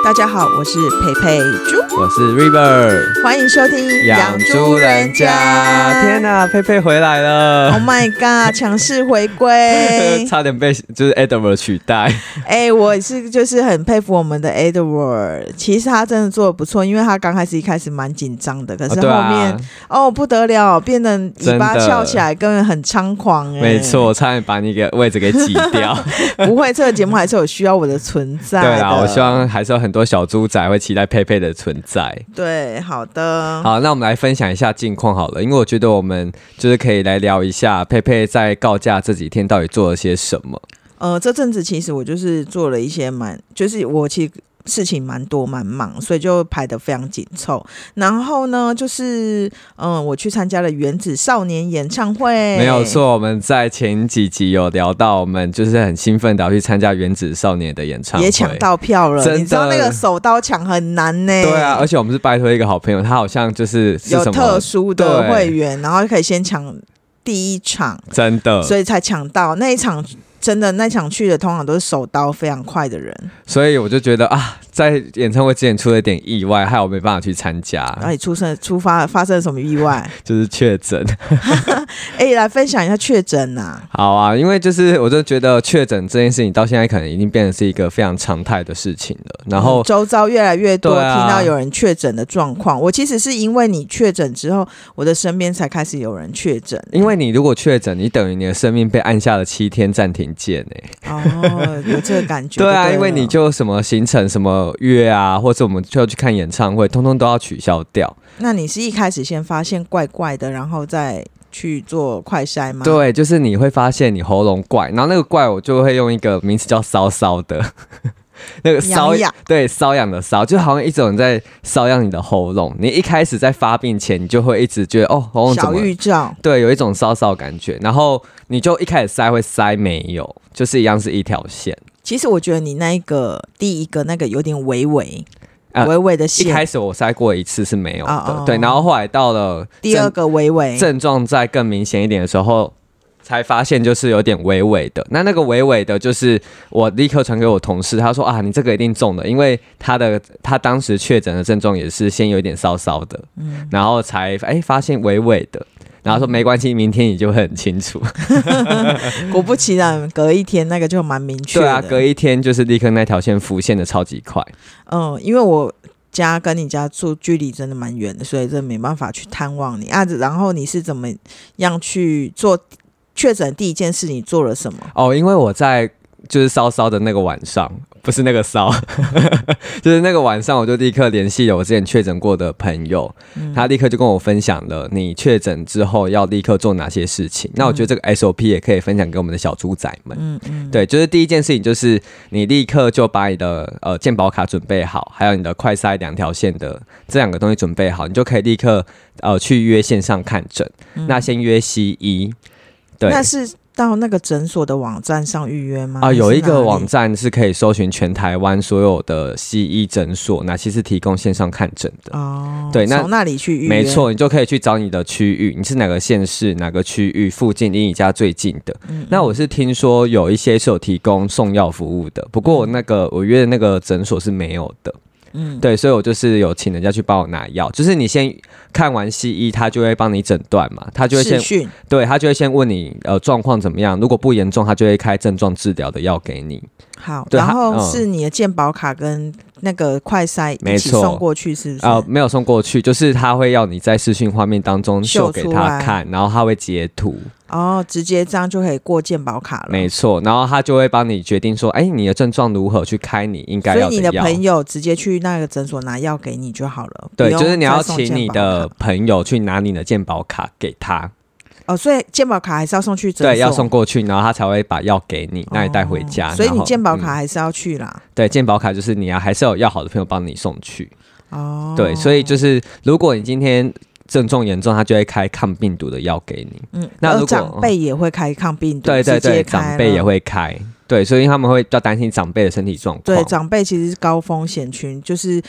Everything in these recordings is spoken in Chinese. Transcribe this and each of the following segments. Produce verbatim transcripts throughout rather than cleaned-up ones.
大家好，我是佩佩猪， 我是 River， 欢迎收听养猪人家。天哪，佩佩回来了 ！Oh my god， 强势回归， 差点被就是 Edward 取代。 哎、欸，我是就是很佩服我们的 Edward， 其实他真的做得不错，因为他刚开始一开始蛮紧张的，可是后面 哦, 哦不得了，变得尾巴翘起来，根本很猖狂哎、欸。 没错，差点把你给位置给挤掉。 不会，这个节目还是有需要我的存在的。 对啦，我希望还是有很多小猪仔会期待佩佩的存在。 对，好的。 好，那我们来分享一下近况好了，因为我觉得我们就是可以来聊一下佩佩在告假这几天到底做了些什么。 呃，这阵子其实我就是做了一些蛮，就是我其实事情蛮多蛮忙，所以就排得非常紧凑。然后呢，就是嗯，我去参加了原子少年演唱会。 没有错，我们在前几集有聊到，我们就是很兴奋的要去参加原子少年的演唱会， 也抢到票了。 真的， 你知道那个手刀抢很难呢、欸。 对啊，而且我们是拜托一个好朋友，他好像就是是有特殊的会员，然后可以先抢第一场， 真的， 所以才抢到那一场。真的那场去的通常都是手刀非常快的人，所以我就觉得啊，在演唱会之前出了一点意外，害我没办法去参加。 然后你出生出发发生了什么意外？ 就是确诊。 哎、欸，来分享一下确诊啊。 好啊，因为就是我就觉得确诊这件事情到现在可能已经变成是一个非常常态的事情了。然后、 嗯、周遭越来越多、 啊、 听到有人确诊的状况。我其实是因为你确诊之后，我的身边才开始有人确诊。 因为你如果确诊，你等于你的生命被按下了七天暂停键哎、 欸。哦，有这个感觉。 对啊，因为你就什么行程、什么约啊，或者我们就要去看演唱会，通通都要取消掉。 那你是一开始先发现怪怪的，然后再去做快筛吗？ 对，就是你会发现你喉咙怪，然后那个怪我就会用一个名词叫搔搔的。那个瘙痒，对，瘙痒的瘙，就好像一种在瘙痒你的喉咙。你一开始在发病前，你就会一直觉得哦，喉咙怎么小预兆， 对，有一种瘙瘙感觉。然后你就一开始塞会塞没有，就是一样是一条线。 其实我觉得你那一个第一个那个有点微微。呃、微微的线， 一开始我塞过一次是没有的， 哦哦对，然后后来到了第二个微微症状再更明显一点的时候，才发现就是有点微微的。那那个微微的，就是我立刻传给我同事，他说啊，你这个一定中了，因为他的他当时确诊的症状也是先有一点烧烧的，嗯，然后才哎发现微微的。然后说没关系，明天你就会很清楚。 果不其然，隔一天那个就蛮明确的。 对啊，隔一天就是立刻那条线浮现的超级快。 嗯，因为我家跟你家住距离真的蛮远的，所以真没办法去探望你啊。然后你是怎么样去做确诊？第一件事你做了什么？ 哦，因为我在就是烧烧的那个晚上。不是那个烧，就是那个晚上，我就立刻联系了我之前确诊过的朋友、嗯，他立刻就跟我分享了你确诊之后要立刻做哪些事情。嗯、那我觉得这个 S O P 也可以分享给我们的小猪仔们。嗯嗯，对，就是第一件事情就是你立刻就把你的呃健保卡准备好，还有你的快筛两条线的这两个东西准备好，你就可以立刻呃去约线上看诊。嗯、那先约西医，对， 那是。到那个诊所的网站上预约吗？ 啊，有一个网站是可以搜寻全台湾所有的西医诊所，那其实提供线上看诊的。哦，对，那从那里去预约， 没错，你就可以去找你的区域，你是哪个县市、哪个区域附近离你家最近的。嗯嗯，那我是听说有一些是有提供送药服务的，不过我那个我约的那个诊所是没有的。嗯，对，所以我就是有请人家去帮我拿药，就是你先看完西医，他就会帮你诊断嘛，他就会先，对，他就会先问你呃状况怎么样，如果不严重，他就会开症状治疗的药给你。 好，然后是你的健保卡跟那个快筛一起送过去，是不是？ 呃，没有送过去，就是他会要你在视讯画面当中秀给他看，然后他会截图。 哦，直接这样就可以过健保卡了。 没错，然后他就会帮你决定说，哎，你的症状如何去开你应该要的药。 所以你的朋友直接去那个诊所拿药给你就好了。 对，就是你要请你的朋友去拿你的健保卡给他。 哦，所以健保卡还是要送去诊所， 对，要送过去，然后他才会把药给你，那你带回家。 哦、所以你健保卡还是要去啦。 嗯、对，健保卡就是你要还是有要好的朋友帮你送去。哦，对，所以就是如果你今天症状严重，他就会开抗病毒的药给你。嗯， 那如果长辈也会开抗病毒， 对对对，长辈也会开。对，所以他们会比较担心长辈的身体状况。 对，长辈其实是高风险群，就是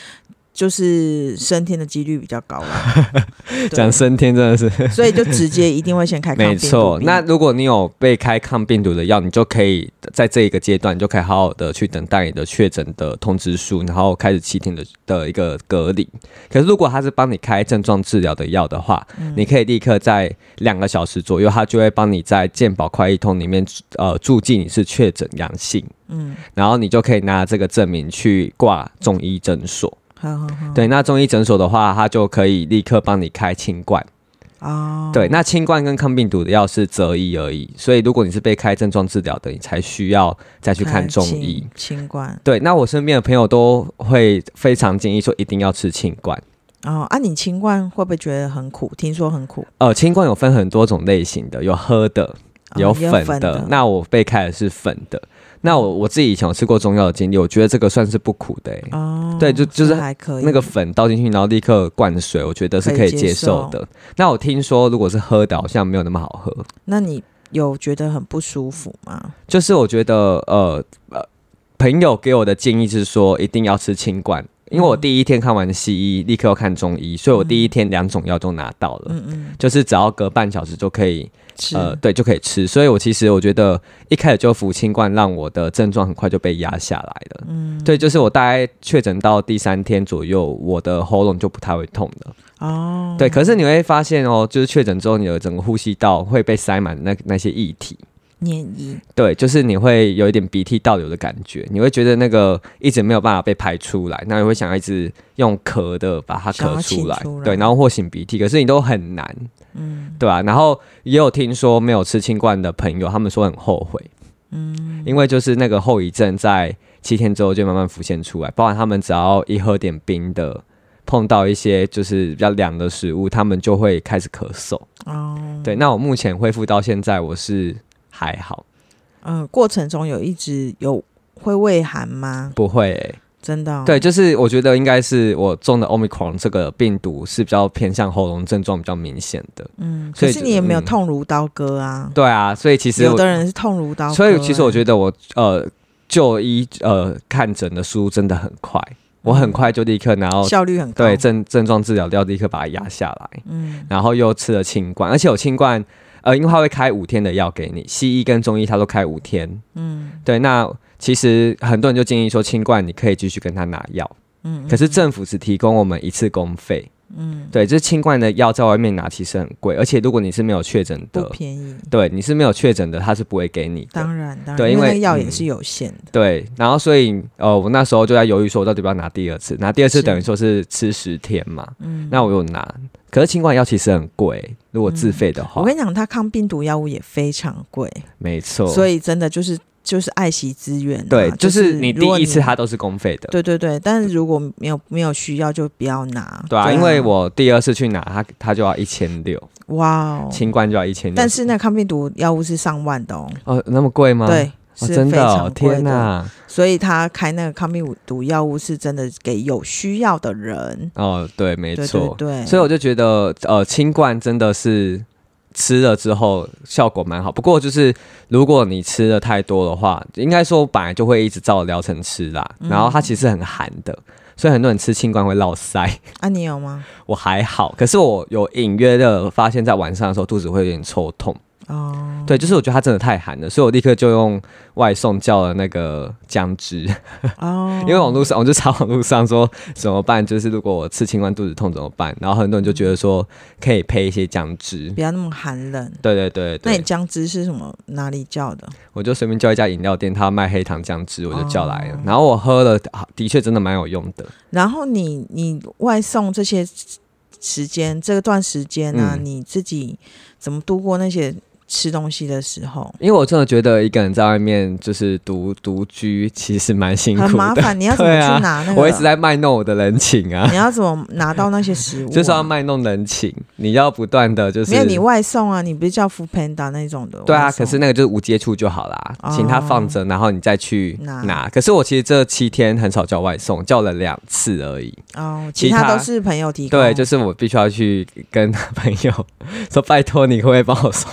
就是升天的几率比较高啦。 讲升天真的是， 所以就直接一定会先开抗病毒。 没错，那如果你有被开抗病毒的药，你就可以在这一个阶段，你就可以好好的去等待你的确诊的通知书，然后开始七天的的一个隔离。可是如果他是帮你开症状治疗的药的话，嗯、你可以立刻在两个小时左右，他就会帮你在健保快易通里面呃注记你是确诊阳性，嗯，然后你就可以拿这个证明去挂中医诊所。 好好好， 对，那中医诊所的话，他就可以立刻帮你开清冠。哦，对，那清冠跟抗病毒的药是择一而已，所以如果你是被开症状治疗的，你才需要再去看中医。 清冠， 对，那我身边的朋友都会非常建议说，一定要吃清冠。 哦，啊，你清冠会不会觉得很苦？听说很苦。 呃，清冠有分很多种类型的，有喝的，有粉的。哦、粉的那我被开的是粉的。那我我自己以前有吃过中药的经历，我觉得这个算是不苦的、欸、哦，对，就就是那个粉倒进去，然后立刻灌水，我觉得是可以接受的。那我听说如果是喝的，好像没有那么好喝。 那你有觉得很不舒服吗？ 就是我觉得呃呃，朋友给我的建议是说一定要吃清冠。因为我第一天看完西医，立刻要看中医，所以我第一天两种药都拿到了，嗯嗯，就是只要隔半小时就可以吃，呃，对，就可以吃。所以我其实我觉得一开始就服清冠，让我的症状很快就被压下来了。嗯，对，就是我大概确诊到第三天左右，我的喉咙就不太会痛了。哦，对，可是你会发现哦，就是确诊之后，你的整个呼吸道会被塞满那那些液体。 黏液， 对，就是你会有一点鼻涕倒流的感觉，你会觉得那个一直没有办法被排出来，那你会想要一直用咳的把它咳出来，出来对，然后或擤鼻涕，可是你都很难，嗯，对吧、啊？然后也有听说没有吃清冠的朋友，他们说很后悔，嗯，因为就是那个后遗症在七天之后就慢慢浮现出来，包含他们只要一喝点冰的，碰到一些就是比较凉的食物，他们就会开始咳嗽。哦，对，那我目前恢复到现在，我是。还好， 嗯，过程中有一直有会畏寒吗？ 不会、欸， 真的、哦。 对，就是我觉得应该是我中的 Omicron 这个病毒是比较偏向喉咙症状比较明显的，嗯， 可是你也没有痛如刀割啊、嗯。 对啊，所以其实有的人是痛如刀割、欸， 所以其实我觉得我呃就医呃看诊的速度真的很快。我很快就立刻拿到效率很高， 对症症状治疗要立刻把它压下来，嗯，然后又吃了清冠，而且有清冠。呃，因为他会开五天的药给你，西医跟中医他都开五天，嗯，对。那其实很多人就建议说，清冠你可以继续跟他拿药，嗯，可是政府只提供我们一次公费，嗯，对，就是清冠的药在外面拿其实很贵，而且如果你是没有确诊的， 不便宜， 对，你是没有确诊的，他是不会给你的， 当然，当然， 对， 因为药也是有限的，嗯、 对。然后所以，呃，我那时候就在犹豫说，我到底要不要拿第二次？拿第二次等于说是吃十天嘛，嗯，那我有拿。可是清冠药其实很贵，如果自费的话、 嗯，我跟你讲，它抗病毒药物也非常贵， 没错， 所以真的就是就是爱惜资源、啊， 对，就是你第一次它都是公费的， 对对对，但是如果没有没有需要就不要拿， 对啊，对啊，因为我第二次去拿它，它就要一千六，哇哦，清冠就要一千六， 但是那抗病毒药物是上万的哦， 哦，那么贵吗？ 对。 哦、 是非常贵的， 真的、哦、天哪！ 所以他开那个抗病毒药物是真的给有需要的人。 哦，对，没错， 对对对， 所以我就觉得，呃，清冠真的是吃了之后效果蛮好。不过就是如果你吃的太多的话，应该说本来就会一直照疗程吃啦。嗯、然后它其实很寒的，所以很多人吃清冠会落腮。 啊，你有吗？ 我还好，可是我有隐约的发现，在晚上的时候肚子会有点抽痛。哦，对，就是我觉得它真的太寒了，所以我立刻就用外送叫了那个姜汁。哦，因为网络上我就查网络上说怎么办，就是如果我吃清冠肚子痛怎么办？然后很多人就觉得说可以配一些姜汁， 不要那么寒冷。 对对对对， 那你姜汁是什么？哪里叫的？ 我就随便叫一家饮料店，他卖黑糖姜汁，我就叫来了。哦、然后我喝了，的确真的蛮有用的。 然后你你外送这些时间，这段时间啊、嗯，你自己怎么度过那些？吃东西的时候， 因为我真的觉得一个人在外面就是独独居，其实蛮辛苦的， 很麻烦。你要怎么去拿那个？ 啊、我一直在卖弄我的人情啊！ 你要怎么拿到那些食物、啊？ 就是要卖弄人情，你要不断的就是没有你外送啊，你不是叫 Foodpanda 那种的？ 对啊，可是那个就是无接触就好啦，哦、请他放着，然后你再去拿。拿可是我其实这七天很少叫外送，叫了两次而已。哦， 其他都是朋友提供。 对，就是我必须要去跟朋友说，拜托你可不可以帮我送个药？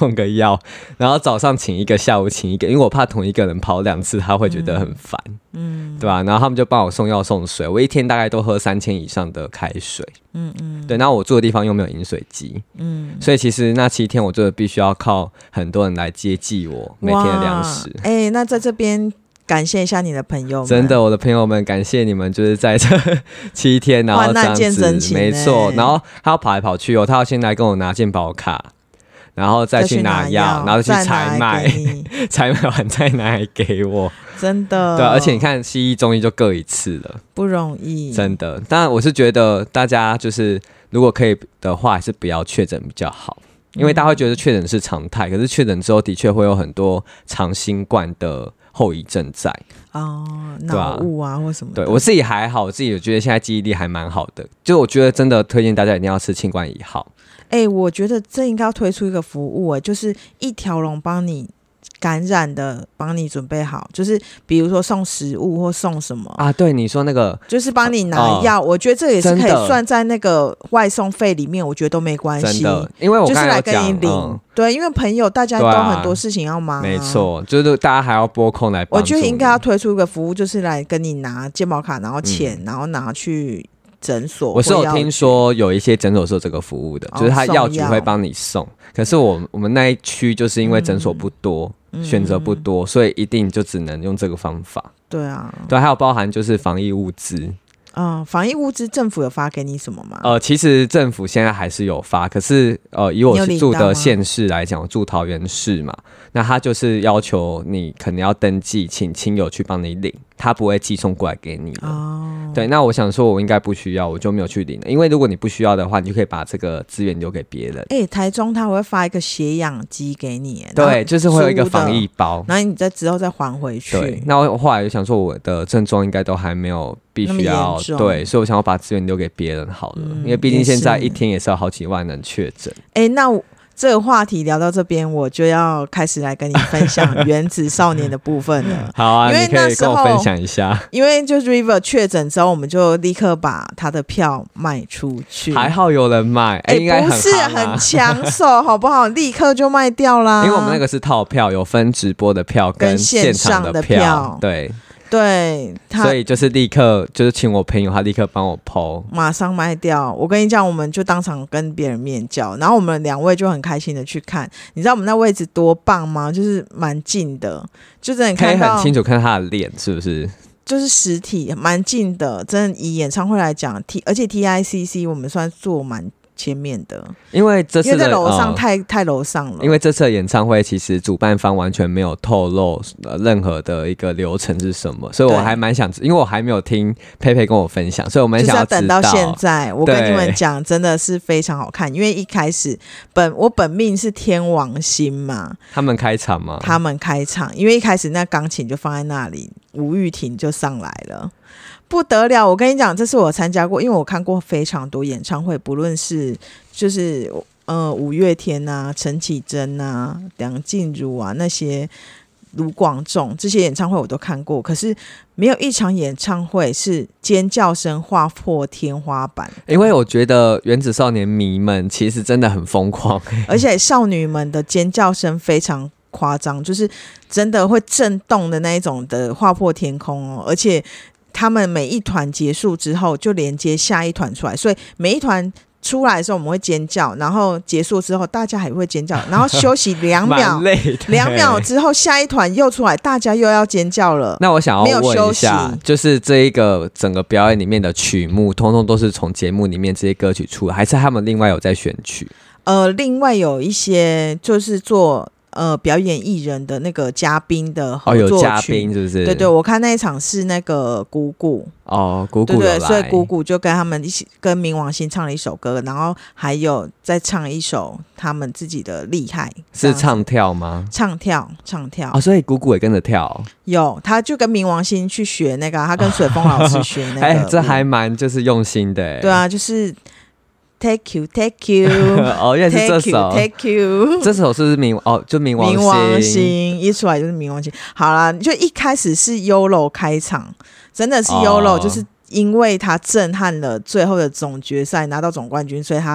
要，然后早上请一个，下午请一个，因为我怕同一个人跑两次他会觉得很烦，嗯，对吧？然后他们就帮我送药送水，我一天大概都喝三千以上的开水，嗯嗯，对。然后我住的地方又没有饮水机，嗯，所以其实那七天我就必须要靠很多人来接济我每天的粮食。 哎、欸，那在这边感谢一下你的朋友们， 真的，我的朋友们，感谢你们，就是在这七天，然后这样子，没错，然后他要跑来跑去哦，他要先来跟我拿健保卡，然后再去拿药，然后再去采买，采买完再拿来给我， 真的， 对、啊，而且你看西医中医就各一次了， 不容易， 真的。当然，我是觉得大家就是如果可以的话，还是不要确诊比较好。因为大家会觉得确诊是常态，可是确诊之后的确会有很多长新冠的后遗症在哦，脑雾啊或什么的。 对，我自己还好，我自己觉得现在记忆力还蛮好的，就我觉得真的推荐大家一定要吃清冠一号。 哎、欸，我觉得这应该要推出一个服务、欸，就是一条龙帮你感染的帮你准备好，就是比如说送食物或送什么啊？对，你说那个就是帮你拿药、呃，我觉得这也是可以算在那个外送费里面，我觉得都没关系。 真的，因为我刚才有讲， 就是来跟你领、嗯，对，因为朋友大家都很多事情要忙、啊， 没错，就是大家还要拨空来帮助你。 我觉得应该要推出一个服务，就是来跟你拿健保卡，然后钱、嗯，然后拿去诊所。 我是有听说有一些诊所是有这个服务的，就是他药局会帮你送，哦、可是我我们那一区就是因为诊所不多。嗯，选择不多，所以一定就只能用这个方法。 对啊， 对，还有包含就是防疫物资。 嗯，防疫物资政府有发给你什么吗？ 呃，其实政府现在还是有发，可是呃，以我住的县市来讲，我住桃园市嘛，那他就是要求你可能要登记，请亲友去帮你领，他不会寄送过来给你了。哦，对，那我想说，我应该不需要，我就没有去领了。因为如果你不需要的话，你就可以把这个资源留给别人。 哎、欸，台中他会发一个血氧机给你， 对，就是会有一个防疫包， 然后你再之后再还回去。 对，那我后来就想说，我的症状应该都还没有必须要对，所以我想要把资源留给别人好了，嗯、因为毕竟现在一天也是有好几万人确诊。 哎、欸，那我。这个话题聊到这边，我就要开始来跟你分享原子少年的部分了。 好啊，因为那时候你可以跟我分享一下。 因为就是 River 确诊之后，我们就立刻把他的票卖出去。 还好有人买，哎、欸，应该很、啊、 不是很抢手，好不好？立刻就卖掉啦。 因为我们那个是套票，有分直播的票跟现场的 票, 线上的票， 对。 对， 所以就是立刻就是请我朋友，他立刻帮我 po， 马上卖掉。我跟你讲，我们就当场跟别人面交，然后我们两位就很开心的去看。你知道我们那位置多棒吗？就是蛮近的，就真的看到可以很清楚看到他的脸，是不是？ 就是实体蛮近的，真的以演唱会来讲 ，T 而且 T I C C 我们算做蛮前面的， 因为这次的因为在楼上太、呃、太楼上了。 因为这次的演唱会其实主办方完全没有透露、呃、任何的一个流程是什么，所以我还蛮想，因为我还没有听佩佩跟我分享，所以我们想要知道。 就是要等到现在，我跟你们讲，真的是非常好看。因为一开始本我本命是天王星嘛， 他们开场吗？ 他们开场，因为一开始那钢琴就放在那里，吴玉婷就上来了。不得了！我跟你讲，这是我参加过，因为我看过非常多演唱会，不论是就是呃五月天啊、陈绮贞啊、梁静茹啊那些卢广仲这些演唱会我都看过，可是没有一场演唱会是尖叫声划破天花板。 因为我觉得原子少年迷们其实真的很疯狂， 而且少女们的尖叫声非常夸张，就是真的会震动的那一种的划破天空哦，而且。他们每一团结束之后就连接下一团出来，所以每一团出来的时候我们会尖叫，然后结束之后大家还会尖叫，然后休息两秒，两秒之后下一团又出来，大家又要尖叫了。 那我想要问一下，就是这一个整个表演里面的曲目，通通都是从节目里面这些歌曲出来，还是他们另外有在选曲？ 呃，另外有一些就是做。呃，表演艺人的那个嘉宾的合作曲， 哦，有嘉宾是不是？ 对对，我看那一场是那个姑姑哦，姑姑有来， 对对，所以姑姑就跟他们一起跟冥王星唱了一首歌，然后还有再唱一首他们自己的厉害， 是唱跳吗？ 唱跳，唱跳哦，所以姑姑也跟着跳。 有，他就跟冥王星去学那个，他跟水风老师学那个， 哎、欸，这还蛮就是用心的。 对啊，就是。Take you, take you 哦，原来是这首 Take you 这首是冥哦，就冥王星， 冥王星一出来就是冥王星。好啦，就一开始是 Y O L O 开场，真的是 Y O L O，、哦、就是因为他震撼了最后的总决赛拿到总冠军，所以他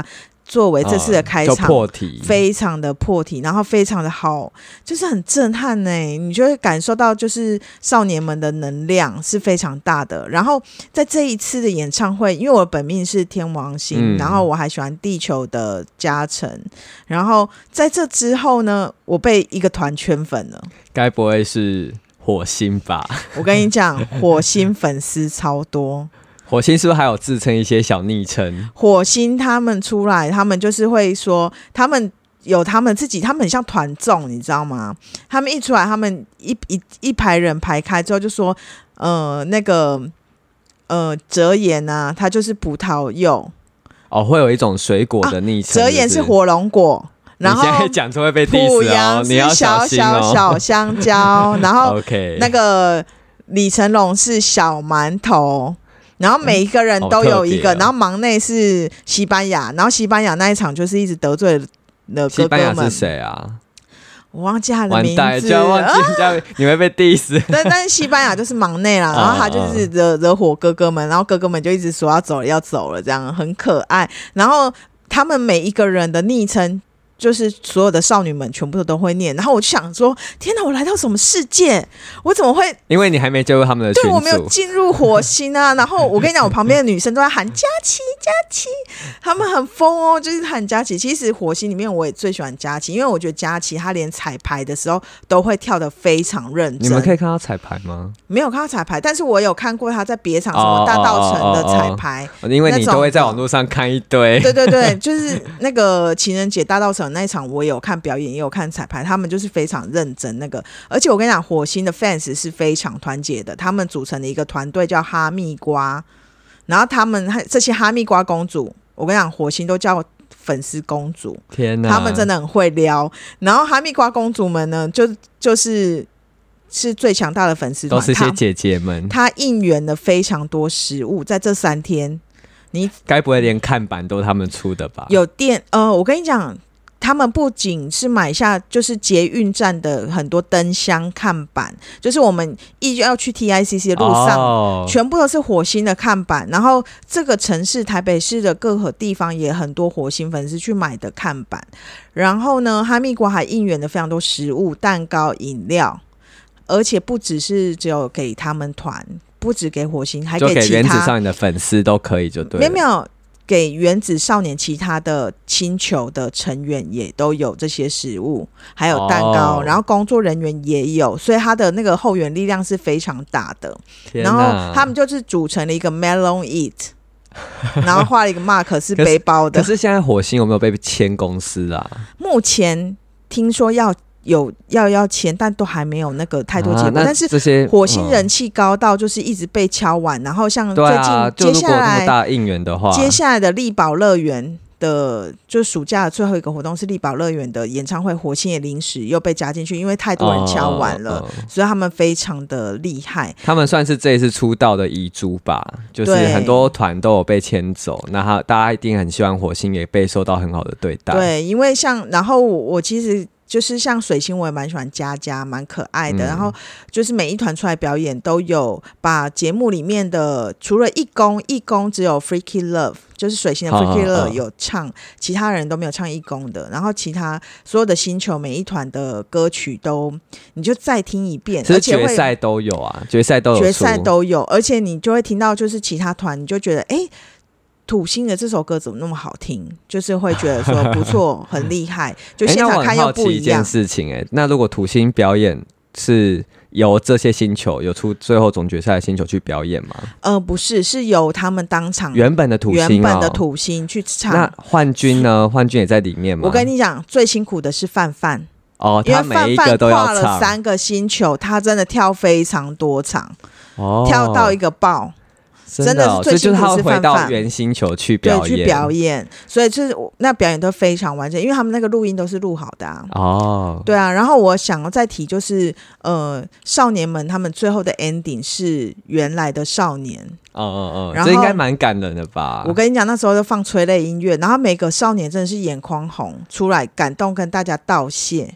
作为这次的开场， 嗯、破题， 非常的破题，然后非常的好，就是很震撼呢。你就会感受到，就是少年们的能量是非常大的。然后在这一次的演唱会，因为我本命是天王星，嗯、然后我还喜欢地球的加成。然后在这之后呢，我被一个团圈粉了。 该不会是火星吧？ 我跟你讲，火星粉丝超多。 火星是不是还有自称一些小昵称？ 火星他们出来，他们就是会说，他们有他们自己，他们很像团众，你知道吗？他们一出来，他们一一一排人排开之后，就说，呃，那个呃，哲言啊，它就是葡萄柚。 哦，会有一种水果的昵称。 哲言是火龙果。然后你现在讲出会被 diss 哦，你要小心哦。 小小香蕉，然后那个李成龙是小馒头。然后每一个人都有一个，嗯哦、然后忙内是西班牙，然后西班牙那一场就是一直得罪了哥哥们。 西班牙是谁啊？ 我忘记他的名字， 完蛋，就要忘记人家，你会被 diss。 但但是西班牙就是忙内啦，然后他就是惹惹火哥哥们，然后哥哥们就一直说要走了要走了，这样很可爱。然后他们每一个人的昵称。就是所有的少女们全部都会念，然后我就想说，天哪，我来到什么世界？我怎么会？ 因为你还没加入他们的群组， 对，我没有进入火星啊。然后我跟你讲，我旁边的女生都在喊佳琪，佳琪，他们很疯哦，就是喊佳琪。其实火星里面我也最喜欢佳琪，因为我觉得佳琪她连彩排的时候都会跳得非常认真。 你们可以看到彩排吗？ 没有看到彩排，但是我有看过她在别场什么大稻埕的彩排， 哦哦哦哦哦，因为你都会在网络上看一堆。 对对对，就是那个情人节大稻埕那一场，我也有看表演，也有看彩排，他们就是非常认真那个。而且我跟你讲，火星的 fans 是非常团结的，他们组成的一个团队叫哈密瓜，然后他们这些哈密瓜公主，我跟你讲，火星都叫粉丝公主， 天哪， 他们真的很会撩。然后哈密瓜公主们呢，就就是是最强大的粉丝团， 都是些姐姐们， 他应援了非常多食物，在这三天。你该不会连看板都他们出的吧？ 有店呃，我跟你讲，他们不仅是买下就是捷运站的很多灯箱看板，就是我们一要去 T I C C 的路上、哦、全部都是火星的看板，然后这个城市台北市的各个地方也很多火星粉丝去买的看板。然后呢，哈密瓜还应援了非常多食物、蛋糕、饮料，而且不只是只有给他们团，不只给火星，还给其他就给原子少年的粉丝都可以就对了。 没有没有，给原子少年其他的星球的成员也都有这些食物，还有蛋糕、哦、然后工作人员也有，所以他的那个后援力量是非常大的。然后他们就是组成了一个 Melon Eat 然后画了一个 mark 是背包的。 可是, 可是现在火星有没有被签公司啊？ 目前听说要有要要签，但都还没有那个太多结果、啊、但是火星人气高到就是一直被敲完、嗯、然后像最近接下来、啊、就如果那么大应援的话，接下来的力宝乐园的就暑假的最后一个活动是力宝乐园的演唱会，火星也临时又被加进去，因为太多人敲完了、哦、所以他们非常的厉害。 他们算是这一次出道的遗珠吧，就是很多团都有被牵走，那他大家一定很希望火星也被受到很好的对待。 对，因为像然后我其实就是像水星我也蛮喜欢佳佳，蛮可爱的、嗯、然后就是每一团出来表演都有把节目里面的除了义工义工只有 Freaky Love 就是水星的 Freaky Love 有唱、哦哦、其他人都没有唱义工的，然后其他所有的星球每一团的歌曲都你就再听一遍， 而且决赛都有啊，决赛都有出， 决赛都有，而且你就会听到就是其他团你就觉得哎土星的这首歌怎么那么好听，就是会觉得说不错很厉害就现场看又不一样、欸、那我很好奇一件事情、欸、那如果土星表演是由这些星球有出最后总决赛的星球去表演吗？呃， 不是，是由他们当场原本的土星、哦、 原本的土星去唱。 那幻君呢？幻君也在里面吗？ 我跟你讲最辛苦的是范范哦，他每一个都要唱， 因为范范跨了三个星球，他真的跳非常多场、哦、跳到一个爆，真的是最辛苦是范范，所以就是他会回到原星球去表演， 对，去表演，所以就是那表演都非常完整，因为他们那个录音都是录好的啊。哦，对啊。然后我想要再提就是，呃，少年们他们最后的 ending 是原来的少年。 哦哦哦，这应该蛮感人的吧？ 我跟你讲，那时候就放催泪音乐，然后每个少年真的是眼眶红，出来感动跟大家道谢。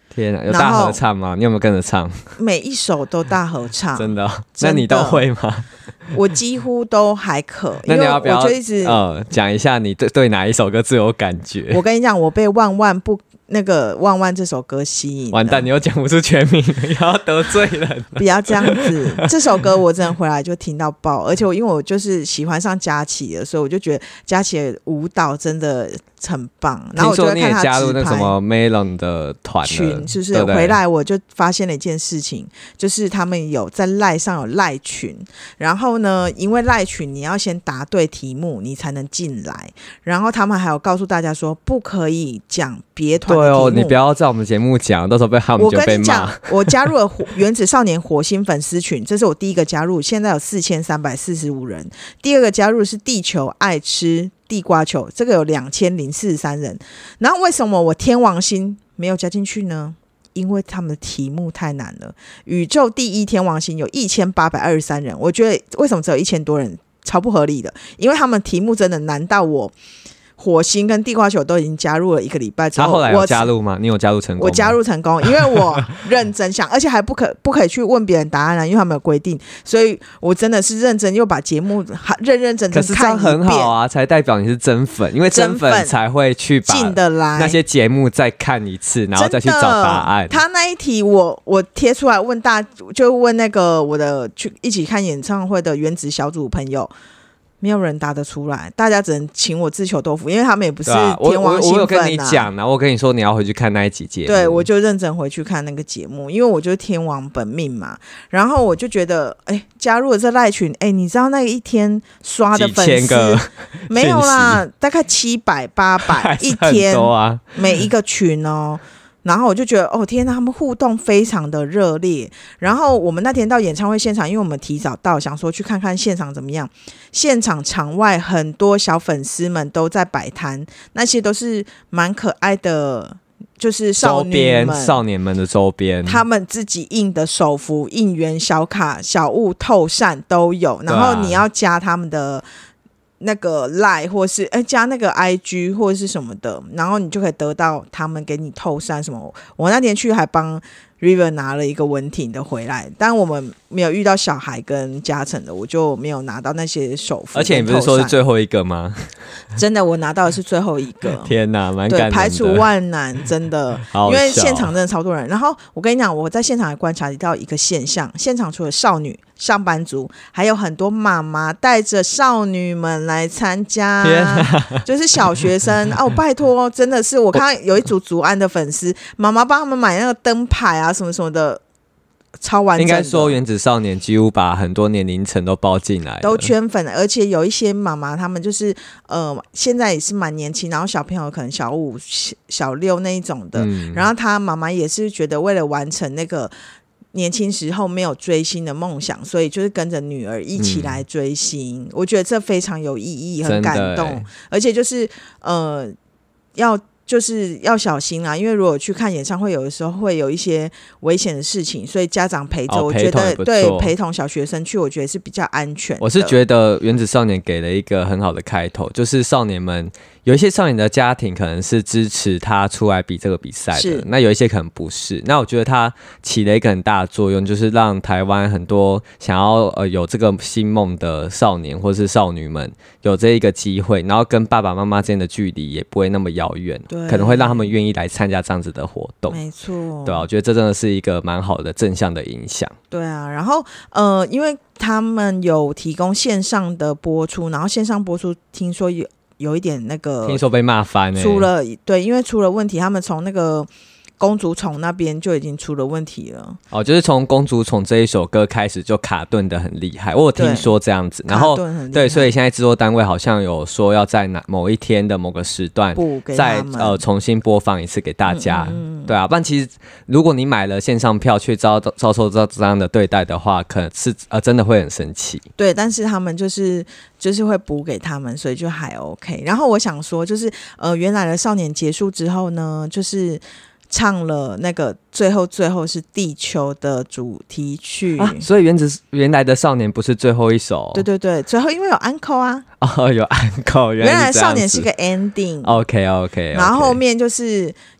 天啊，有大合唱吗？你有没有跟着唱？ 每一首都大合唱， 真的、哦？那你都会吗？ 我几乎都还可。 那你要不要我就一直呃讲一下你对对哪一首歌最有感觉？ 我跟你讲，我被万万不那个万万这首歌吸引。 完蛋，你又讲不出全名，又要得罪人。 不要这样子，这首歌我真的回来就听到爆，而且我因为我就是喜欢上佳琪了，所以我就觉得佳琪的舞蹈真的很棒。然后我就会看他听说你也加入那什么 Melon 的团群，是不是？ 对对， 回来我就发现了一件事情，就是他们有在赖上有赖群，然后呢，因为赖群你要先答对题目，你才能进来。然后他们还有告诉大家说，不可以讲别团的题目。 对哦，你不要在我们节目讲，到时候被他们就被骂。 我跟你讲，我加入了原子少年火星粉丝群，这是我第一个加入，现在有四千三百四十五人。第二个加入是地球爱吃地瓜球，这个有两千零四十三人。然后为什么我天王星没有加进去呢？因为他们的题目太难了。宇宙第一天王星有一千八百二十三人，我觉得为什么只有一千多人，超不合理的。因为他们题目真的难到我火星跟地瓜球都已经加入了一个礼拜之后， 他后来有加入吗？你有加入成功吗？ 我加入成功，因为我认真想，而且还不可不可以去问别人答案啊，因为他们有规定，所以我真的是认真又把节目认认真真看一遍。可是这样很好啊，才代表你是真粉，因为真粉才会去把进得来那些节目再看一次，然后再去找答案。 他那一题我我贴出来问大，就问那个我的去一起看演唱会的原子小组朋友。没有人答得出来，大家只能请我自求多福，因为他们也不是天王星粉啊。我, 我, 我有跟你讲啊， 我跟你说你要回去看那一集节目。 对，我就认真回去看那个节目，因为我就是天王本命嘛。然后我就觉得，哎，加入了这赖群，哎，你知道那一天刷的粉丝没有啦，大概七百八百一天， 啊、 每一个群哦。然后我就觉得哦天哪，他们互动非常的热烈。然后我们那天到演唱会现场，因为我们提早到，想说去看看现场怎么样。现场场外很多小粉丝们都在摆摊，那些都是蛮可爱的，就是少女们少年们的周边， 他们自己印的手幅、应援小卡、小物、透扇都有。然后你要加他们的那个 Line 或是哎加那个 I G 或是什么的，然后你就可以得到他们给你透扇什么。我那天去还帮 River 拿了一个文婷的回来，但我们没有遇到小孩跟嘉诚的，我就没有拿到那些手幅。 而且你不是说是最后一个吗？ 真的，我拿到的是最后一个。 天哪，蛮感人的， 对，排除万难，真的，因为现场真的超多人。然后我跟你讲，我在现场还观察到一个现象，现场除了少女上班族，还有很多妈妈带着少女们来参加，就是小学生哦，拜托，真的是我看到有一组族安的粉丝，妈妈帮他们买那个灯牌啊，什么什么的。超完整的， 应该说原子少年几乎把很多年龄层都包进来， 都圈粉了。而且有一些妈妈他们就是呃，现在也是蛮年轻，然后小朋友可能小五小六那一种的、嗯、然后他妈妈也是觉得为了完成那个年轻时候没有追星的梦想，所以就是跟着女儿一起来追星、嗯、我觉得这非常有意义，很感动。而且就是呃要就是要小心啦，因为如果去看演唱会，有的时候会有一些危险的事情，所以家长陪着、哦、我觉得对陪同小学生去，我觉得是比较安全的。 我是觉得原子少年给了一个很好的开头，就是少年们有一些少年的家庭可能是支持他出来比这个比赛的，那有一些可能不是。那我觉得他起了一个很大的作用，就是让台湾很多想要呃有这个新梦的少年或是少女们有这一个机会，然后跟爸爸妈妈之间的距离也不会那么遥远，可能会让他们愿意来参加这样子的活动。 没错， 对啊，我觉得这真的是一个蛮好的正向的影响。 对啊，然后呃，因为他们有提供线上的播出，然后线上播出听说有有一点那个， 听说被骂翻、欸， 出了对，因为出了问题，他们从那个公主宠那边就已经出了问题了。 哦，就是从公主宠这一首歌开始就卡顿的很厉害，我有听说这样子。然后对，所以现在制作单位好像有说要在哪某一天的某个时段再呃重新播放一次给大家。嗯嗯对啊，不然其实如果你买了线上票却遭遭受到这样的对待的话，可能是呃真的会很生气。 对，但是他们就是就是会补给他们，所以就还 OK。然后我想说，就是呃原来的少年结束之后呢，就是唱了那个最后最后是地球的主题曲、 啊、所以原子原来的少年不是最后一首。 对对对，最后因为有 encore 啊。 哦，有 encore， 原来原来少年是个 ending。 OK OK， 然后后面就是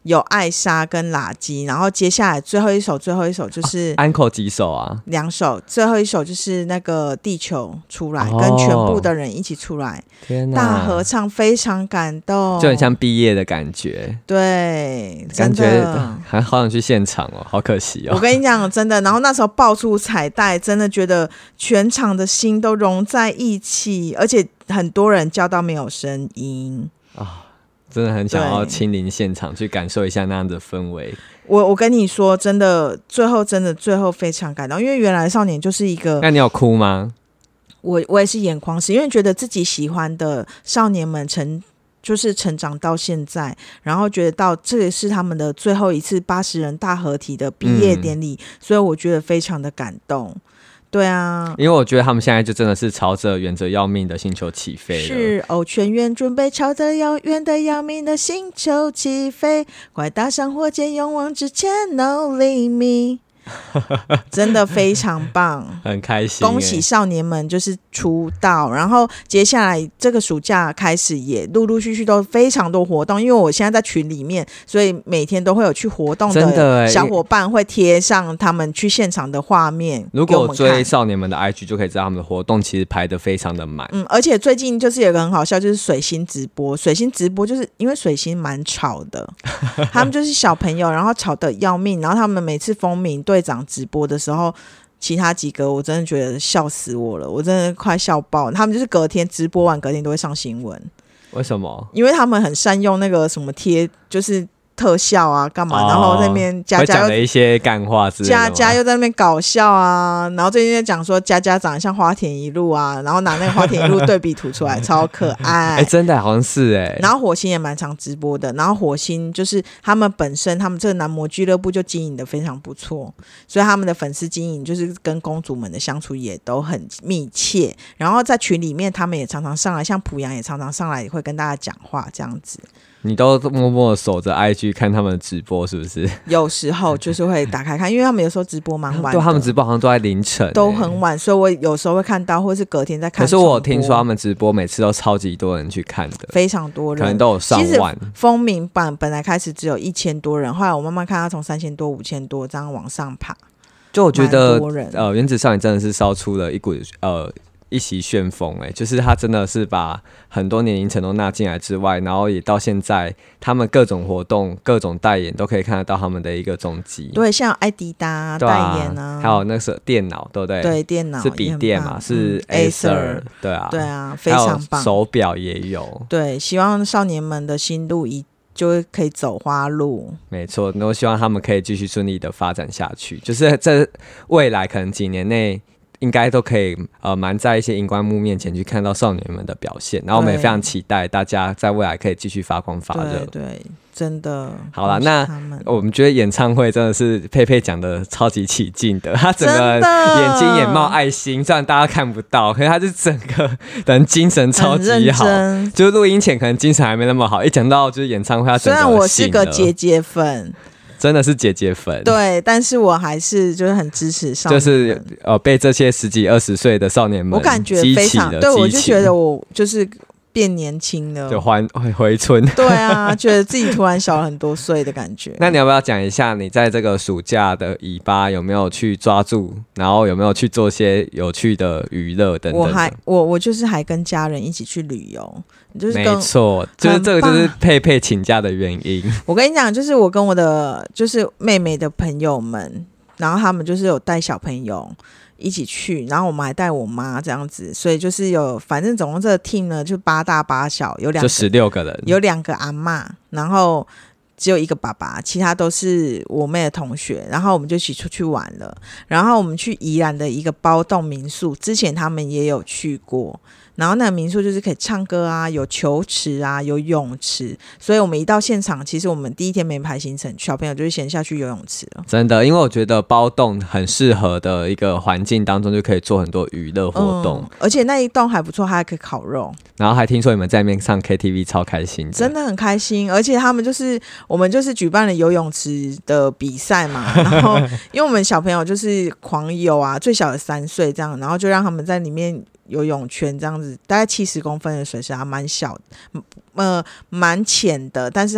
有艾莎跟垃圾，然后接下来最后一首最后一首就是安可几首啊？ 两首，最后一首就是那个地球出来、 哦、 跟全部的人一起出来， 天哪， 大合唱非常感动， 就很像毕业的感觉。 对， 感觉真的还好想去现场哦，好可惜哦。 我跟你讲真的，然后那时候爆出彩带，真的觉得全场的心都融在一起，而且很多人叫到没有声音啊、哦，真的很想要亲临现场去感受一下那样的氛围。 我我跟你说真的，最后真的最后非常感动，因为原来少年就是一个， 那你有哭吗？ 我我也是眼眶湿，因为觉得自己喜欢的少年们成就是成长到现在，然后觉得到这也是他们的最后一次八十人大合体的毕业典礼、嗯、所以我觉得非常的感动。对啊， 因为我觉得他们现在就真的是朝着远着要命的星球起飞了。 是哦，全员准备朝着遥远的要命的星球起飞，快搭上火箭，勇往直前 ，No limit。真的非常棒， 很开心， 恭喜少年们就是出道，然后接下来这个暑假开始也陆陆续续都非常多活动，因为我现在在群里面，所以每天都会有去活动的小伙伴会贴上他们去现场的画面。 如果追少年们的 I G 就可以知道他们的活动其实排得非常的满。 嗯，而且最近就是有个很好笑，就是水星直播，水星直播就是因为水星蛮吵的，他们就是小朋友，然后吵得要命，然后他们每次风鸣队长直播的时候，其他几个我真的觉得笑死我了，我真的快笑爆。他们就是隔天直播完隔天都会上新闻。 为什么？ 因为他们很善用那个什么贴，就是特效啊干嘛、哦、然后在那边佳佳会讲了一些干话之类的， 佳佳又在那边搞笑啊，然后最近在讲说佳佳长得像花田一路啊，然后拿那个花田一路对比图出来超可爱。哎、 欸，真的好像是哎、欸。 然后火星也蛮常直播的，然后火星就是他们本身他们这个男模俱乐部就经营的非常不错，所以他们的粉丝经营就是跟公主们的相处也都很密切，然后在群里面他们也常常上来，像濮阳也常常上来也会跟大家讲话这样子。 你都默默守着 I G 看他们的直播是不是？ 有时候就是会打开看，因为他们有时候直播蛮晚的， 对，他们直播好像都在凌晨、欸， 都很晚，所以我有时候会看到，或是隔天再看。 可是我听说他们直播每次都超级多人去看的， 非常多人， 可能都有上万。 其实风鸣版本来开始只有一千多人，后来我慢慢看他从三千多、五千多这样往上爬。 就我觉得，呃，原子少年真的是烧出了一股呃。一袭旋风哎、欸，就是他真的是把很多年龄层都纳进来之外，然后也到现在他们各种活动、各种代言都可以看得到他们的一个踪迹。 对，像艾迪达代言啊， 还有那个电脑，对不对？ 对，电脑是笔电嘛，是 Acer， 对啊， 对啊，非常棒。 手表也有， 对，希望少年们的心路一就可以走花路。 没错，然后希望他们可以继续顺利的发展下去，就是在未来可能几年内。应该都可以呃，蛮在一些荧光幕面前去看到少年们的表现，然后我们也非常期待大家在未来可以继续发光发热。 对对，真的。 好啦，那我们觉得演唱会真的是佩佩讲的超级起劲的，他整个眼睛也冒爱心，虽然大家看不到，可是他是整个人精神超级好，就是录音前可能精神还没那么好，一讲到就是演唱会，他整个虽然我是个姐姐粉。 真的是姐姐粉， 对，但是我还是就是很支持少年们， 就是呃被这些十几二十岁的少年们， 我感觉非常，对，我就觉得我就是变年轻了， 就还回春， 对啊，觉得自己突然小了很多岁的感觉。 那你要不要讲一下，你在这个暑假的尾巴有没有去抓住，然后有没有去做些有趣的娱乐等等的？ 我还我我就是还跟家人一起去旅游。就是没错，就是这个就是佩佩请假的原因。 我跟你讲，就是我跟我的就是妹妹的朋友们，然后他们就是有带小朋友一起去，然后我们还带我妈这样子，所以就是有反正总共这个 team 呢就八大八小，有两个就十六个人， 有两个阿嬷，然后只有一个爸爸，其他都是我妹的同学，然后我们就一起出去玩了。然后我们去宜兰的一个包栋民宿，之前他们也有去过。然后那个民宿就是可以唱歌啊，有球池啊，有泳池，所以我们一到现场，其实我们第一天没排行程，小朋友就是先下去游泳池了。 真的，因为我觉得包栋很适合的一个环境当中，就可以做很多娱乐活动、嗯， 而且那一栋还不错，还可以烤肉。 然后还听说你们在那边唱 K T V 超开心的， 真的很开心。而且他们就是我们就是举办了游泳池的比赛嘛，然后因为我们小朋友就是狂游啊，最小的三岁这样，然后就让他们在里面。游泳圈这样子，大概七十公分的水是还蛮小的，呃，蛮浅的，但是它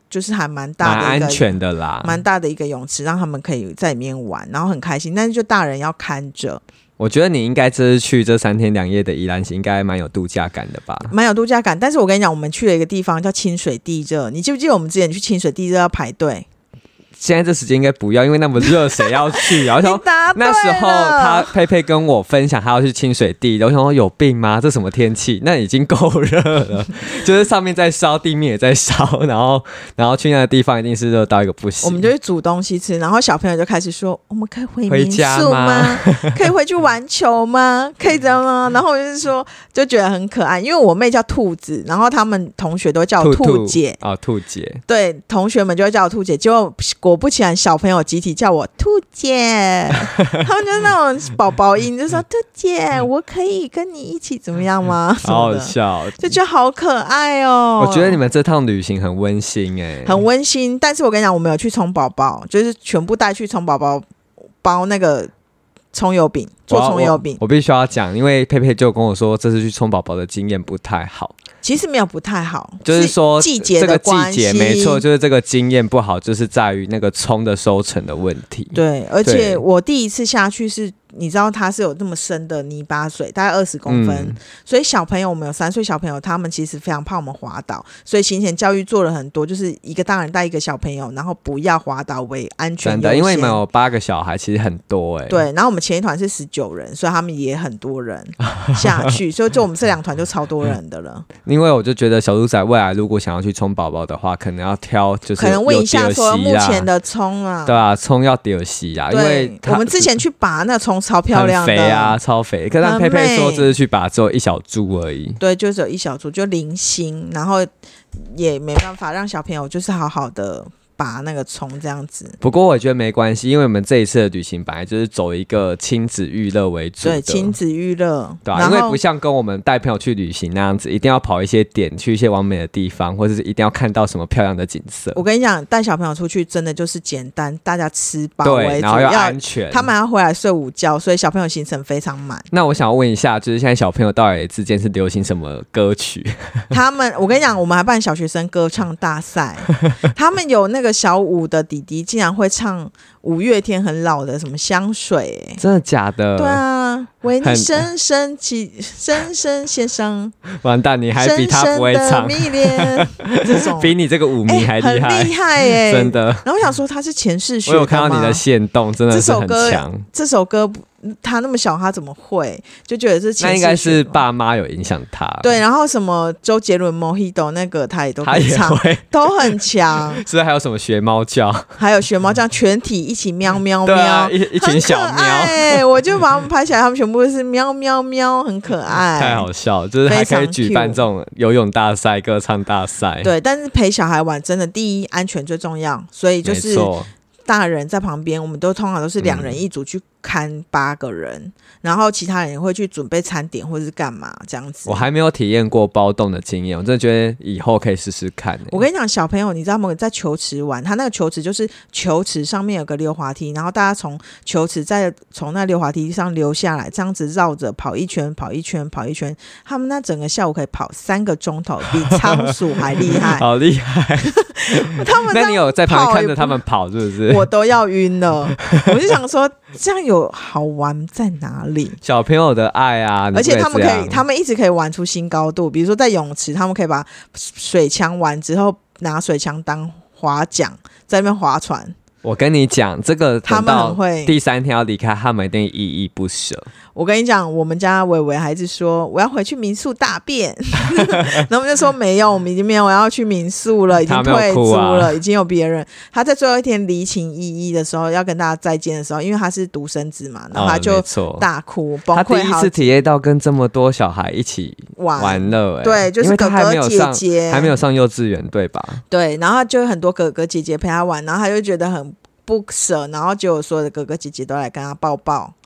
就是还蛮大的一个蛮安全的啦， 蛮大的一个泳池，让他们可以在里面玩，然后很开心。但是就大人要看着。 我觉得你应该这次去这三天两夜的宜兰行，应该蛮有度假感的吧？ 蛮有度假感。但是我跟你讲，我们去了一个地方叫清水地热，你记不记得我们之前去清水地热要排队？ 现在这时间应该不要，因为那么热，谁要去？然后想那时候他佩佩跟我分享他要去清水地，我想说有病吗？这什么天气？那已经够热了，就是上面在烧，地面也在烧，然后然后去那个地方一定是热到一个不行。 我们就去煮东西吃，然后小朋友就开始说：“我们可以回民宿吗？可以回去玩球吗？可以这样吗？”然后我就是说，就觉得很可爱，因为我妹叫兔子，然后他们同学都叫我兔姐哦，兔姐， 对，同学们就会叫我兔姐，结果果不其然，小朋友集体叫我兔姐，他们就是那种宝宝音，就说兔姐，我可以跟你一起怎么样吗？ 好好笑， 就觉得好可爱哦。 我觉得你们这趟旅行很温馨哎、欸， 很温馨。但是我跟你讲，我们有去葱宝宝，就是全部带去葱宝宝包那个葱油饼，做葱油饼。 我, 我, 我必须要讲，因为佩佩就跟我说，这次去葱宝宝的经验不太好。 其实没有不太好， 就是说季节的关系， 这个季节没错，就是这个经验不好，就是在于那个葱的收成的问题。 对，而且我第一次下去是，你知道它是有那么深的泥巴水，大概二十公分、嗯，所以小朋友我们有三岁小朋友，他们其实非常怕我们滑倒，所以行前教育做了很多，就是一个大人带一个小朋友，然后不要滑倒为安全优先。 真的，因为你们有八个小孩，其实很多哎、欸。 对，然后我们前一团是十九人，所以他们也很多人下去，所以就我们这两团就超多人的了。 因为我就觉得小猪仔未来如果想要去葱宝宝的话，可能要挑就是可能问一下说目前的葱啊， 对啊，葱要丢洗啊，因为我们之前去拔那葱超漂亮的， 很肥啊，超肥。可是佩佩说这次去拔只有一小株而已， 对，就只有一小株，就零星，然后也没办法让小朋友就是好好的拔那个葱这样子。 不过我觉得没关系，因为我们这一次的旅行本来就是走一个亲子娱乐为主的， 对，亲子娱乐， 对啊，因为不像跟我们带朋友去旅行那样子，一定要跑一些点，去一些完美的地方，或者是一定要看到什么漂亮的景色。 我跟你讲，带小朋友出去真的就是简单，大家吃饱为主， 对，然后要安全， 他们要回来睡午觉，所以小朋友行程非常满。 那我想要问一下，就是现在小朋友到底之间是流行什么歌曲？ 他们，我跟你讲，我们还办小学生歌唱大赛，他们有那个小五的弟弟竟然会唱五月天很老的什么香水、欸， 真的假的？ 对啊，为你深深起深深献上， 完蛋，你还比他不会唱， 深深的迷恋这种比你这个舞迷还厉害， 欸、很厉害哎、欸， 真的。 然后我想说他是前世学的吗？ 我有看到你的限动，真的是很强。 这首歌他那么小，他怎么会？就觉得是前世学的， 那应该是爸妈有影响他。 对，然后什么周杰伦 Mojito 那个他也都可以唱， 他也会都很强。 是还有什么学猫叫？ 还有学猫叫，全体一起喵喵喵， 对啊、一, 一群小喵。 哎，我就把他们拍起来，他们全部都是喵喵喵，很可爱， 太好笑，就是还可以举办这种游泳大赛、歌唱大赛。 对，但是陪小孩玩真的第一安全最重要，所以就是大人在旁边，我们都通常都是两人一组去看八个人、嗯、然后其他人会去准备餐点或是干嘛这样子。 我还没有体验过包栋的经验，我真的觉得以后可以试试看、欸、 我跟你讲，小朋友你知道吗？在球池玩，他那个球池就是球池上面有个溜滑梯，然后大家从球池再从那溜滑梯上溜下来，这样子绕着跑一圈跑一圈跑一圈，他们那整个下午可以跑三个钟头，比仓鼠还厉害好厉害他们那你有在旁边看着他们跑是不是？ 我都要晕了我就想说这样有好玩在哪里？ 小朋友的爱啊， 而且他们可以他们一直可以玩出新高度，比如说在泳池他们可以把水枪玩之后拿水枪当划桨在那边划船。 我跟你讲，这个他们很会第三天要离开，他们一定依依不舍。 我跟你讲，我们家伟伟还是说我要回去民宿大便然后我们就说没有，我们已经没有我要去民宿了，已经退租了、啊、已经有别人。他在最后一天离情依依的时候要跟大家再见的时候，因为他是独生子嘛，然后他就大哭、哦、崩溃。 他第一次体验到跟这么多小孩一起玩乐、欸、 对，就是哥哥姐姐还没有上幼稚园对吧？ 对，然后就有很多哥哥姐姐陪他玩，然后他就觉得很不舍，然后结果所有的哥哥姐姐都来跟他抱抱。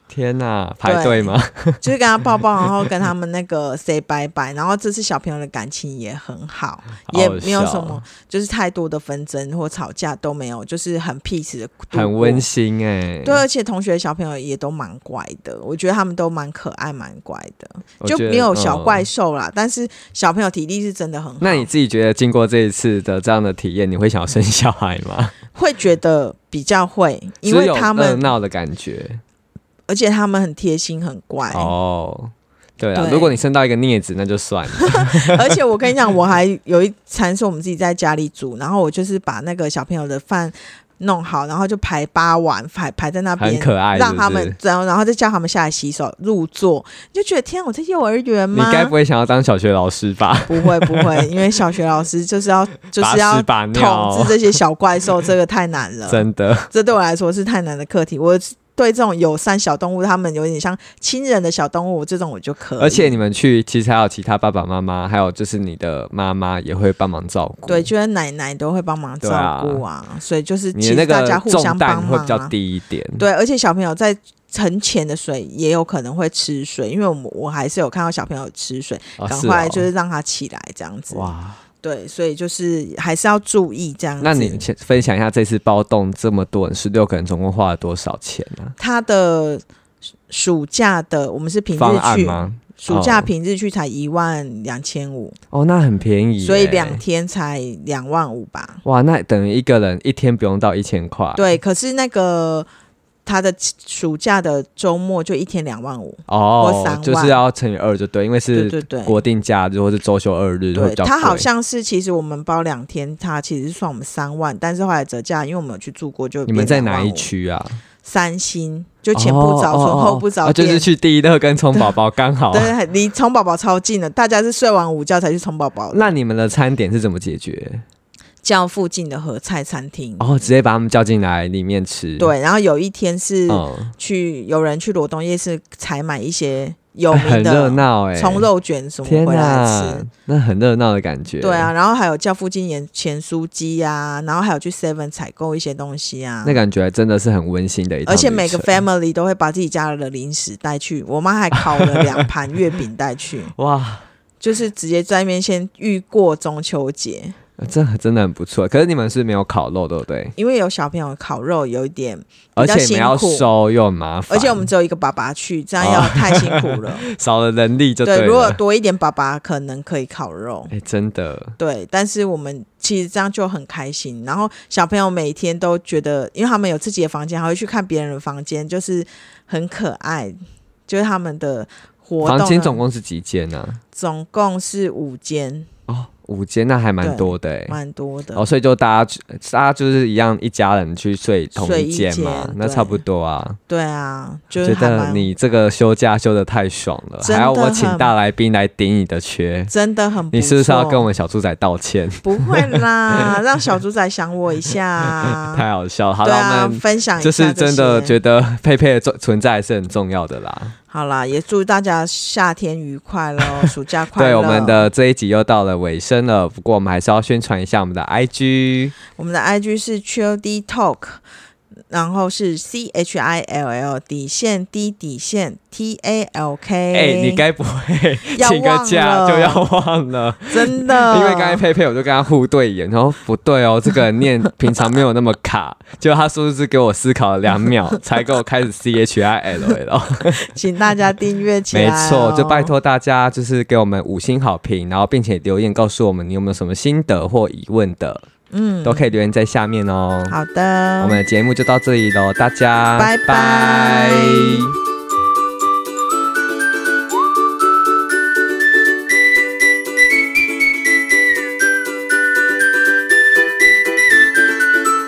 天哪，排队吗？ 就是跟他抱抱，然后跟他们那个 say 拜拜，然后这次小朋友的感情也很好，也没有什么就是太多的纷争或吵架都没有，就是很 peace 的， 很温馨哎、欸。 对，而且同学小朋友也都蛮乖的，我觉得他们都蛮可爱蛮乖的，就没有小怪兽啦、嗯、但是小朋友体力是真的很好。 那你自己觉得经过这一次的这样的体验，你会想要生小孩吗？ 会觉得比较会，因为他们热闹的感觉， 而且他们很贴心很乖哦。对啊，对，如果你生到一个镊子那就算了。 而且我跟你讲，我还有一餐是我们自己在家里煮，然后我就是把那个小朋友的饭弄好，然后就排八碗排排在那边， 很可爱是不是， 让他们然后然后再叫他们下来洗手入座，你就觉得天啊，我在幼儿园吗？ 你该不会想要当小学老师吧？ 不会不会，因为小学老师就是要就是要统治这些小怪兽，这个太难了， 真的，这对我来说是太难的课题。我对这种友善小动物，他们有点像亲人的小动物，这种我就可以。 而且你们去，其实还有其他爸爸妈妈，还有就是你的妈妈也会帮忙照顾。 对，就是奶奶都会帮忙照顾啊，所以就是其实大家互相帮忙、啊， 会比较低一点。 对，而且小朋友在很浅的水也有可能会吃水，因为我我还是有看到小朋友吃水，赶、哦、快就是让他起来这样子。哇！对，所以就是还是要注意这样子。 那你分享一下这次包栋这么多人，十六个人，总共花了多少钱呢、啊？ 他的暑假的，我们是平日去吗？暑假平日去才一万两千五哦，那很便宜， 所以两天才两万五吧。 哇，那等于一个人一天不用到一千块。 对，可是那个。他的暑假的周末就一天两万五哦，或三万， 就是要乘以二就对，因为是国定假日或是周休二日会比较贵。 他好像是其实我们包两天，他其实是算我们三万，但是后来折价，因为我们有去住过就。 你们在哪一区啊？ 三星，就前不着村、哦、后不着店、 哦，就是去第一乐跟葱宝宝刚好， 对，离葱宝宝超近的，大家是睡完午觉才去葱宝宝。 那你们的餐点是怎么解决？ 叫附近的合菜餐厅哦，直接把他们叫进来里面吃。 对，然后有一天是去、嗯、有人去罗东夜市采买一些有名的很热闹哎， 葱肉卷什么回来吃， 那很热闹的感觉。 对啊，然后还有叫附近盐咸酥鸡啊，然后还有去 Seven 采购一些东西啊， 那感觉真的是很温馨的一趟旅程。 而且每个 family 都会把自己家的零食带去，我妈还烤了两盘月饼带去，哇，就是直接在那边先预过中秋节。 这真的很不错，可是你们是没有烤肉对不对？ 因为有小朋友烤肉有一点比较辛苦，而且你们要收又很麻烦， 而且我们只有一个爸爸去，这样要太辛苦了，哦、 少了人力就对了。 对，如果多一点爸爸可能可以烤肉。 哎，真的。 对，但是我们其实这样就很开心，然后小朋友每天都觉得，因为他们有自己的房间，还会去看别人的房间，就是很可爱，就是他们的活动。 房间总共是几间呢、啊？ 总共是五间。 哦。五间那还蛮多的， 蛮多的哦，所以就大家大家就是一样一家人去睡同一间嘛，那差不多啊。 对啊，就是觉得你这个休假休得太爽了，还要我请大来宾来顶你的缺， 真的很不错。 你是不是要跟我们小猪仔道歉？ 不会啦，让小猪仔想我一下、啊， 太好笑。好了、 啊， 我们分享一下， 就是真的觉得佩佩的存在是很重要的啦。 好啦，也祝大家夏天愉快咯，暑假快乐。 对，我们的这一集又到了尾声了，不过我们还是要宣传一下我们的 I G， 我们的 I G 是 Childy Talk， 然后是 C H I L L 底线 D 底线 T A L K。 哎、欸，你该不会请个假就要忘了？ 真的， 因为刚才佩佩我就跟他互对眼，然后不对哦，这个人念平常没有那么卡，结果他是不是给我思考了两秒才给我开始 C H I L L？ 请大家订阅起来、哦。 没错，就拜托大家就是给我们五星好评，然后并且留言告诉我们你有没有什么心得或疑问的。嗯，都可以留言在下面哦。 好的， 我们的节目就到这里咯，大家拜拜。